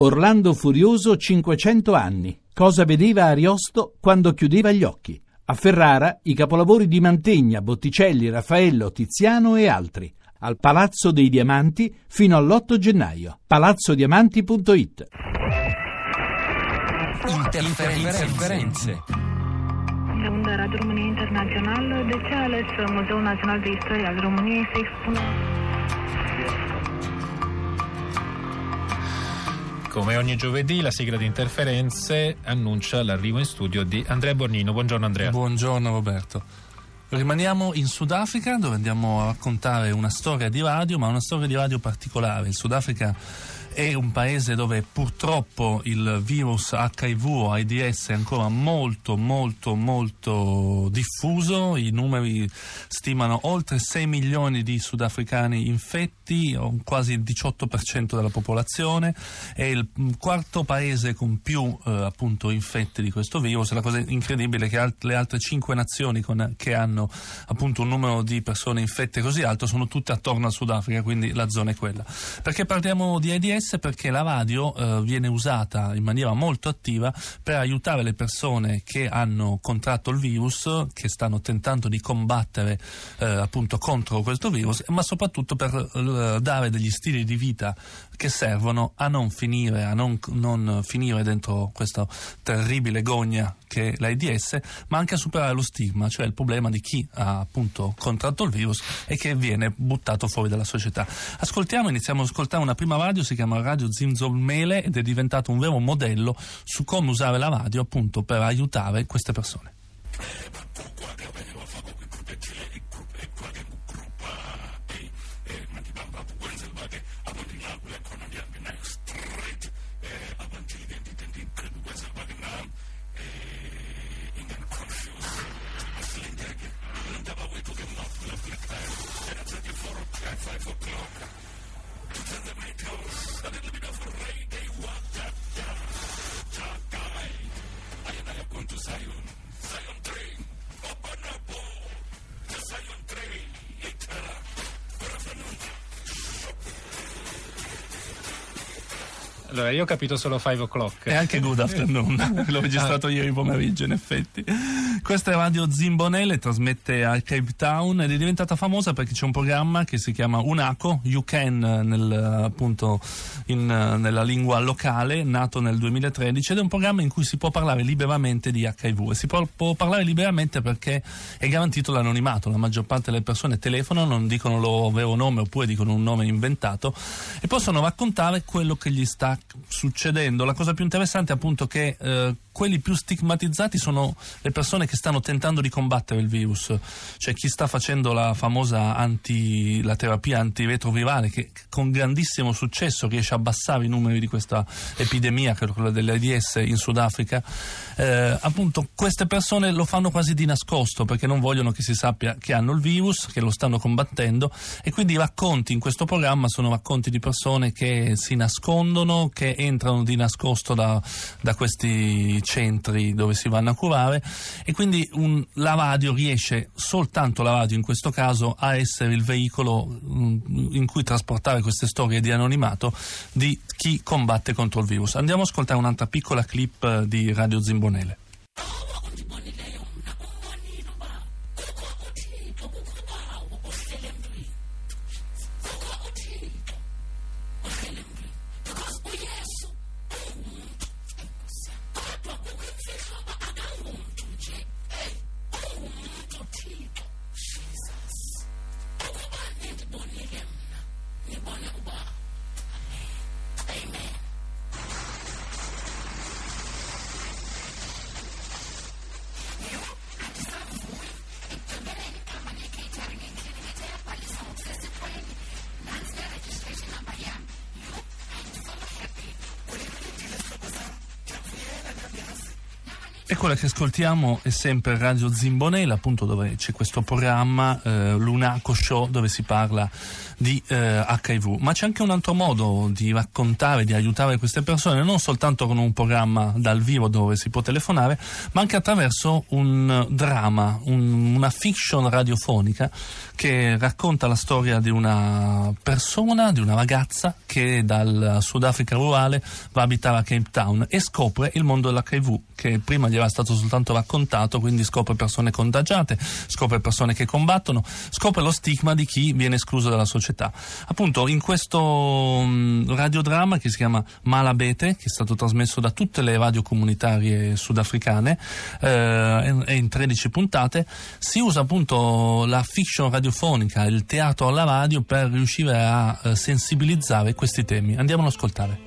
Orlando Furioso 500 anni. Cosa vedeva Ariosto quando chiudeva gli occhi? A Ferrara i capolavori di Mantegna, Botticelli, Raffaello, Tiziano e altri. Al Palazzo dei Diamanti fino all'8 gennaio. palazzodiamanti.it. Interferențe. De unde Radio România Internațională, de ce a ales Muzeul Național de Istorie al României să expună? Come ogni giovedì la sigla di Interferenze annuncia l'arrivo in studio di Andrea Bornino. Buongiorno Andrea. Buongiorno Roberto. Rimaniamo in Sudafrica, dove andiamo a raccontare una storia di radio, ma una storia di radio particolare. Il Sudafrica è un paese dove purtroppo il virus HIV o AIDS è ancora molto diffuso. I numeri stimano oltre 6 milioni di sudafricani infetti, quasi il 18% della popolazione. È il quarto paese con più appunto infetti di questo virus. La cosa incredibile è che le altre 5 nazioni che hanno appunto un numero di persone infette così alto sono tutte attorno al Sudafrica, quindi la zona è quella. Perché parliamo di AIDS? Perché la radio viene usata in maniera molto attiva per aiutare le persone che hanno contratto il virus, che stanno tentando di combattere appunto contro questo virus, ma soprattutto per dare degli stili di vita che servono a non finire dentro questa terribile gogna che è l'AIDS, ma anche a superare lo stigma, cioè il problema di chi ha appunto contratto il virus e che viene buttato fuori dalla società. Iniziamo ad ascoltare una prima radio, si chiama Radio Zimzolmele, ed è diventato un vero modello su come usare la radio appunto per aiutare queste persone. Allora, io ho capito solo 5 o'clock. E anche Good Afternoon, l'ho registrato ieri pomeriggio, in effetti. Questa è Radio Zimbonele, trasmette a Cape Town ed è diventata famosa perché c'è un programma che si chiama UNACO, You Can, nella lingua locale, nato nel 2013, ed è un programma in cui si può parlare liberamente di HIV. E si può parlare liberamente perché è garantito l'anonimato. La maggior parte delle persone telefonano, non dicono il loro vero nome oppure dicono un nome inventato e possono raccontare quello che gli sta succedendo. La cosa più interessante è appunto che quelli più stigmatizzati sono le persone che stanno tentando di combattere il virus, cioè chi sta facendo la famosa la terapia antiretrovirale, che con grandissimo successo riesce a abbassare i numeri di questa epidemia, che è quella dell'AIDS in Sudafrica. Appunto queste persone lo fanno quasi di nascosto perché non vogliono che si sappia che hanno il virus, che lo stanno combattendo, e quindi i racconti in questo programma sono racconti di persone che si nascondono, che entrano di nascosto da questi centri dove si vanno a curare, e quindi la radio riesce, soltanto la radio in questo caso, a essere il veicolo in cui trasportare queste storie di anonimato di chi combatte contro il virus. Andiamo a ascoltare un'altra piccola clip di Radio Zimbonele. E quella che ascoltiamo è sempre Radio Zimbonella, appunto, dove c'è questo programma Lunaco Show, dove si parla di HIV. Ma c'è anche un altro modo di raccontare, di aiutare queste persone, non soltanto con un programma dal vivo dove si può telefonare, ma anche attraverso un dramma, una fiction radiofonica che racconta la storia di una persona, di una ragazza che dal Sudafrica rurale va a abitare a Cape Town e scopre il mondo dell'HIV, che prima gli era stato soltanto raccontato, quindi scopre persone contagiate, scopre persone che combattono, scopre lo stigma di chi viene escluso dalla società. Appunto, in questo radiodramma che si chiama Malabete, che è stato trasmesso da tutte le radio comunitarie sudafricane, è in 13 puntate, si usa appunto la fiction radiofonica, il teatro alla radio, per riuscire a sensibilizzare questi temi. Andiamolo ad ascoltare.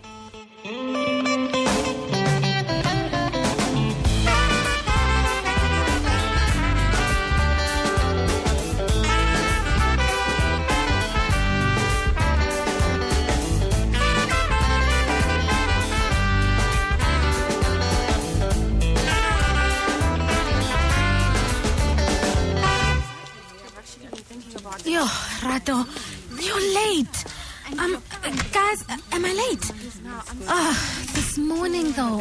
Yo, Rato, you're late. Guys, am I late? This morning though.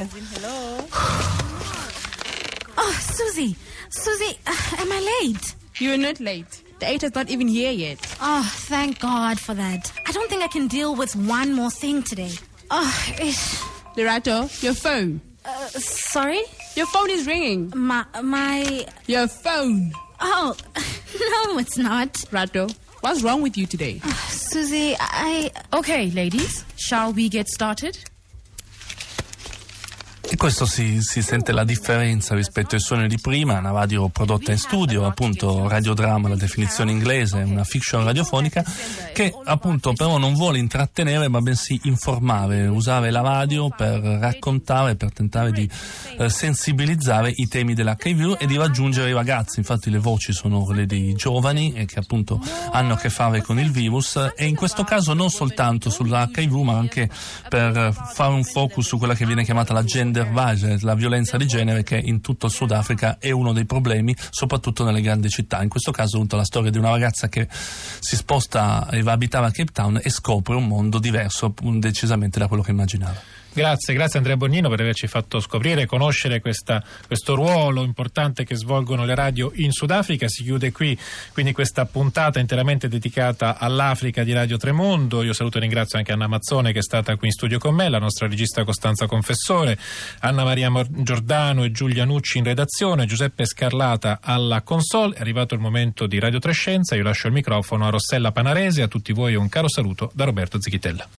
Oh, Susie, am I late? You are not late. The 8 is not even here yet. Oh, thank God for that. I don't think I can deal with one more thing today. Lerato, your phone. Sorry? Your phone is ringing. My... Your phone. Oh, no, it's not. Rato, what's wrong with you today? Susie, Okay, ladies, shall we get started? E questo si sente la differenza rispetto ai suoni di prima, una radio prodotta in studio, appunto radiodrama, la definizione inglese, una fiction radiofonica che appunto però non vuole intrattenere ma bensì informare, usare la radio per raccontare, per tentare di sensibilizzare i temi dell'HIV e di raggiungere i ragazzi. Infatti le voci sono quelle dei giovani e che appunto hanno a che fare con il virus, e in questo caso non soltanto sull'HIV ma anche per fare un focus su quella che viene chiamata la gender violence, la violenza di genere, che in tutto il Sudafrica è uno dei problemi, soprattutto nelle grandi città. In questo caso appunto la storia di una ragazza che si sposta e va a abitare a Cape Town e scopre un mondo diverso decisamente da quello che immaginava. Grazie Andrea Bornino per averci fatto scoprire e conoscere questo ruolo importante che svolgono le radio in Sudafrica. Si chiude qui quindi questa puntata interamente dedicata all'Africa di Radio Tremondo. Io saluto e ringrazio anche Anna Mazzone, che è stata qui in studio con me, la nostra regista Costanza Confessore, Anna Maria Giordano e Giulia Nucci in redazione, Giuseppe Scarlata alla console. È arrivato il momento di Radio Trescenza. Io lascio il microfono a Rossella Panarese. A tutti voi un caro saluto da Roberto Zichitella.